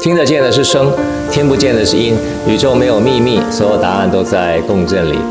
听得见的是声，听不见的是音。宇宙没有秘密，所有答案都在共振里。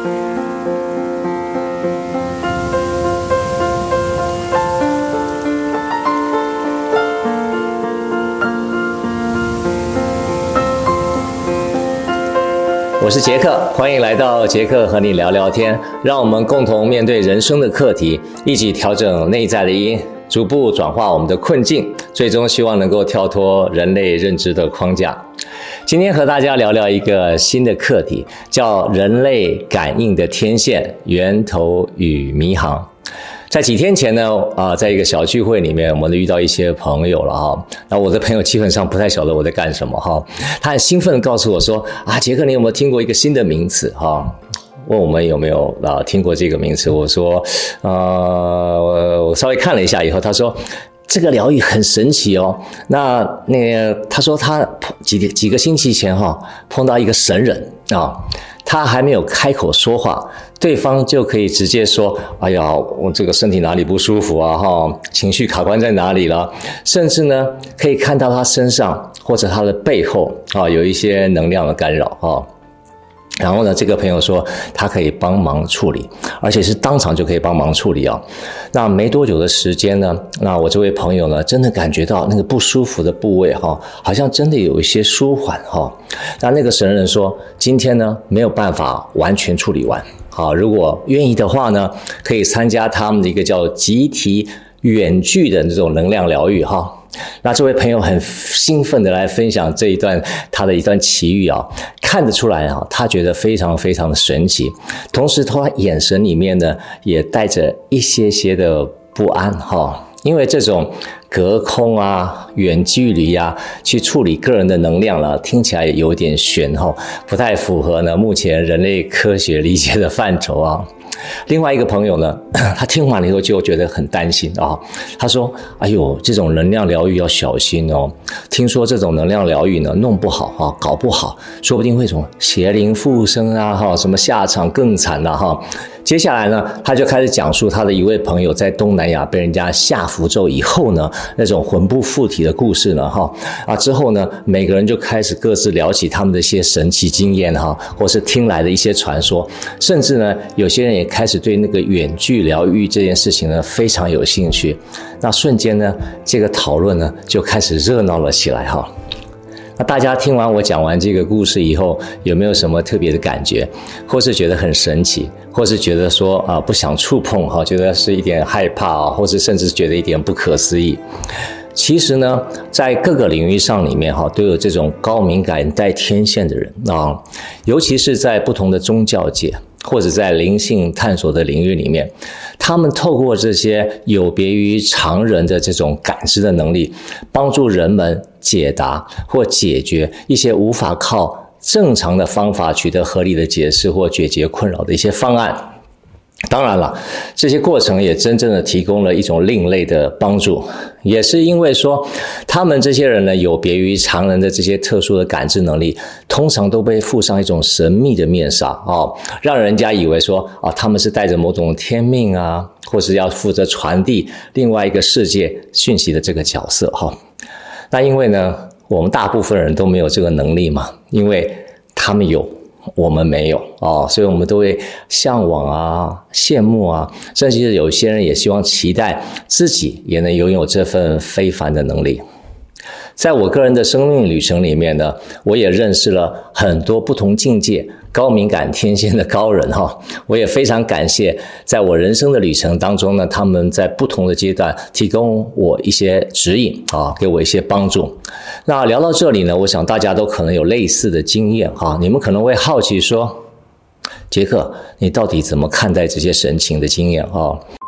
我是杰克，欢迎来到杰克和你聊聊天，让我们共同面对人生的课题，一起调整内在的因，逐步转化我们的困境，最终希望能够跳脱人类认知的框架。今天和大家聊聊一个新的课题，叫人类感应的天线源头与迷航。在几天前呢，在一个小聚会里面，我们遇到一些朋友了哈。那我的朋友基本上不太晓得我在干什么哈。他很兴奋地告诉我说：“杰克，你有没有听过一个新的名词哈？”问我们有没有听过这个名词？我说，我稍微看了一下以后，他说这个疗愈很神奇哦。他说他几个星期前碰到一个神人他还没有开口说话，对方就可以直接说：“哎呀，我这个身体哪里不舒服啊？情绪卡关在哪里了？”甚至呢，可以看到他身上或者他的背后有一些能量的干扰然后呢，这个朋友说他可以帮忙处理，而且是当场就可以帮忙处理那没多久的时间呢，那我这位朋友呢，真的感觉到那个不舒服的部位好像真的有一些舒缓那个神人说，今天呢没有办法完全处理完如果愿意的话呢，可以参加他们的一个叫集体远距的这种能量疗愈那这位朋友很兴奋的来分享他的一段奇遇看得出来他觉得非常非常的神奇，同时他眼神里面呢也带着一些的不安因为这种隔空远距离去处理个人的能量听起来有点玄不太符合呢目前人类科学理解的范畴另外一个朋友呢，他听完了以后就觉得很担心他说：“哎呦，这种能量疗愈要小心听说这种能量疗愈呢，弄不好搞不好，说不定会什么邪灵附身什么下场更惨接下来呢，他就开始讲述他的一位朋友在东南亚被人家下符咒以后呢，那种魂不附体的故事呢之后呢，每个人就开始各自聊起他们的一些神奇经验或是听来的一些传说，甚至呢，有些人也开始对那个远距疗愈这件事情呢非常有兴趣。那瞬间呢，这个讨论呢就开始热闹了起来那大家听完我讲完这个故事以后，有没有什么特别的感觉？或是觉得很神奇，或是觉得说不想触碰觉得是一点害怕或是甚至觉得一点不可思议？其实呢，在各个领域上里面都有这种高敏感带天线的人尤其是在不同的宗教界或者在灵性探索的领域里面，他们透过这些有别于常人的这种感知的能力，帮助人们解答或解决一些无法靠正常的方法取得合理的解释或解决困扰的一些方案。当然了，这些过程也真正的提供了一种另类的帮助，也是因为说他们这些人呢，有别于常人的这些特殊的感知能力，通常都被附上一种神秘的面纱让人家以为说他们是带着某种天命或是要负责传递另外一个世界讯息的这个角色那因为呢，我们大部分人都没有这个能力嘛，因为他们有，我们没有所以我们都会向往羡慕甚至有些人也希望期待自己也能拥有这份非凡的能力。在我个人的生命旅程里面呢，我也认识了很多不同境界高敏感天线的高人我也非常感谢在我人生的旅程当中呢，他们在不同的阶段提供我一些指引给我一些帮助。那聊到这里呢，我想大家都可能有类似的经验你们可能会好奇说，杰克，你到底怎么看待这些神情的经验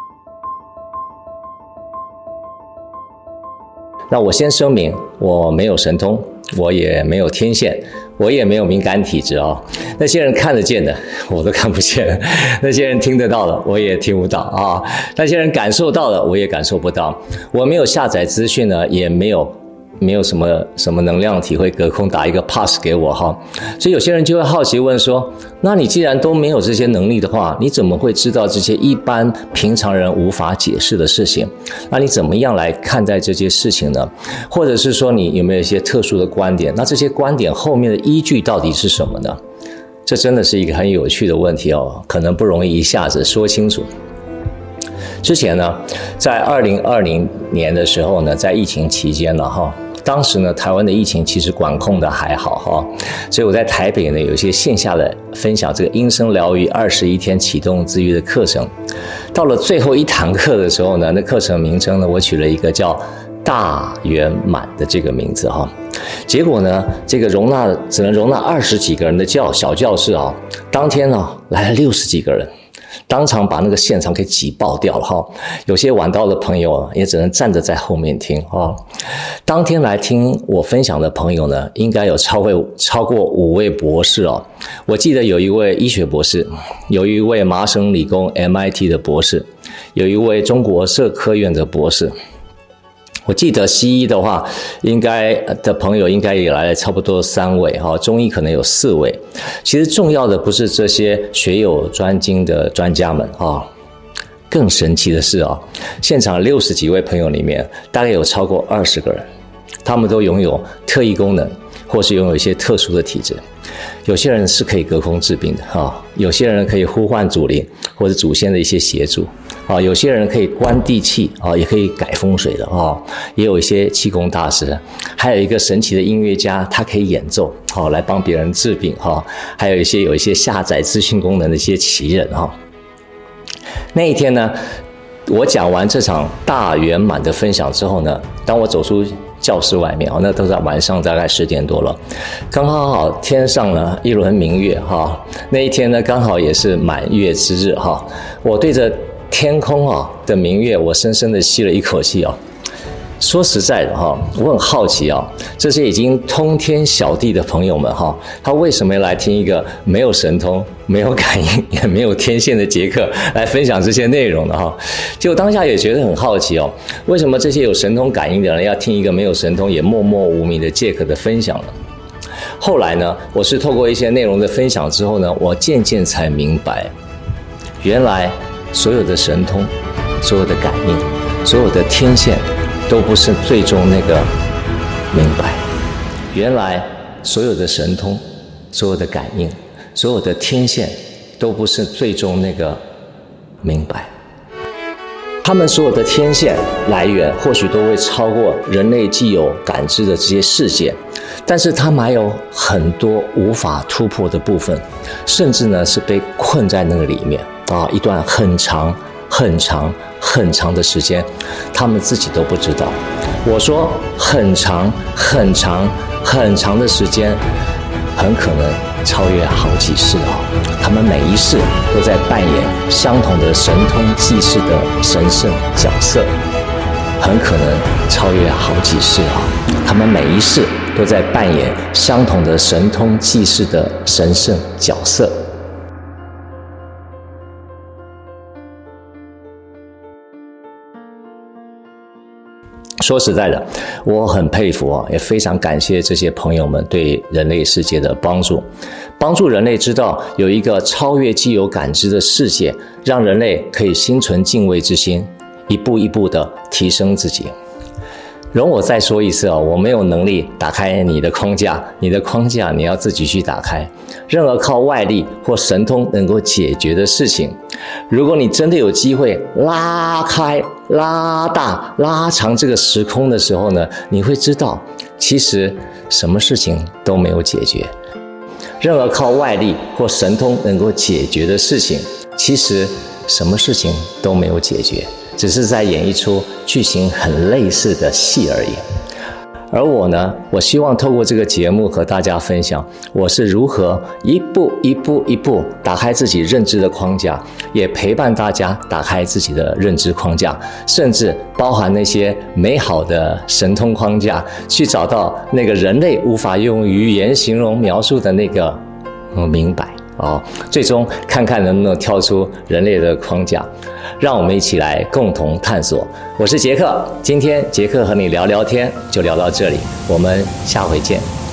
那我先声明，我没有神通，我也没有天线，我也没有敏感体质那些人看得见的我都看不见，那些人听得到的我也听不到那些人感受到的我也感受不到。我没有下载资讯呢，也没有没有什么能量体会隔空打一个 pass 给我哈。所以有些人就会好奇问说，那你既然都没有这些能力的话，你怎么会知道这些一般平常人无法解释的事情？那你怎么样来看待这些事情呢？或者是说你有没有一些特殊的观点？那这些观点后面的依据到底是什么呢？这真的是一个很有趣的问题哦，可能不容易一下子说清楚。之前呢，在2020年的时候呢，在疫情期间呢，当时呢，台湾的疫情其实管控的还好哈，所以我在台北呢有一些线下的分享这个音声疗愈21天启动自愈的课程。到了最后一堂课的时候呢，那课程名称呢，我取了一个叫大圆满的这个名字哈。结果呢，这个只能容纳20几个人的小教室啊，当天呢来了60几个人。当场把那个现场给挤爆掉了哈，有些晚到的朋友也只能站着在后面听哈。当天来听我分享的朋友呢，应该有超过5位博士哦。我记得有一位医学博士，有一位麻省理工 MIT 的博士，有一位中国社科院的博士。我记得西医的话，朋友应该也来了差不多3位哈，中医可能有4位。其实重要的不是这些学有专精的专家们哈，更神奇的是现场60几位朋友里面，大概有超过20个人，他们都拥有特异功能，或是拥有一些特殊的体质。有些人是可以隔空治病的有些人可以呼唤祖灵或者祖先的一些协助有些人可以观地气也可以改风水的也有一些气功大师，还有一个神奇的音乐家，他可以演奏来帮别人治病还有一些下载资讯功能的一些奇人那一天呢，我讲完这场大圆满的分享之后呢，当我走出教室外面那都在晚上大概10点多了，刚好天上呢一轮明月那一天呢刚好也是满月之日我对着天空的明月，我深深的吸了一口气说实在的我很好奇这些已经通天晓地的朋友们他为什么要来听一个没有神通、没有感应也没有天线的杰克来分享这些内容的结果当下也觉得很好奇为什么这些有神通感应的人要听一个没有神通也默默无名的杰克的分享呢？后来呢，我是透过一些内容的分享之后呢，我渐渐才明白，原来所有的神通、所有的感应、所有的天线都不是最终那个明白。原来所有的神通、所有的感应、所有的天线都不是最终那个明白。他们所有的天线来源或许都会超过人类既有感知的这些世界，但是他们还有很多无法突破的部分，甚至呢是被困在那个里面一段很长很长很长的时间，他们自己都不知道。我说很长很长很长的时间，很可能超越好几世他们每一世都在扮演相同的神通济世的神圣角色，很可能超越好几世他们每一世都在扮演相同的神通济世的神圣角色。说实在的，我很佩服也非常感谢这些朋友们对人类世界的帮助人类知道有一个超越既有感知的世界，让人类可以心存敬畏之心，一步一步的提升自己。容我再说一次我没有能力打开你的框架，你的框架你要自己去打开。任何靠外力或神通能够解决的事情，如果你真的有机会拉开、拉大、拉长这个时空的时候呢，你会知道其实什么事情都没有解决。任何靠外力或神通能够解决的事情，其实什么事情都没有解决，只是在演一出剧情很类似的戏而已。而我呢，我希望透过这个节目和大家分享，我是如何一步一步打开自己认知的框架，也陪伴大家打开自己的认知框架，甚至包含那些美好的神通框架，去找到那个人类无法用语言形容描述的那个明白。 最终看看能不能跳出人类的框架，让我们一起来共同探索。我是杰克，今天杰克和你聊聊天就聊到这里，我们下回见。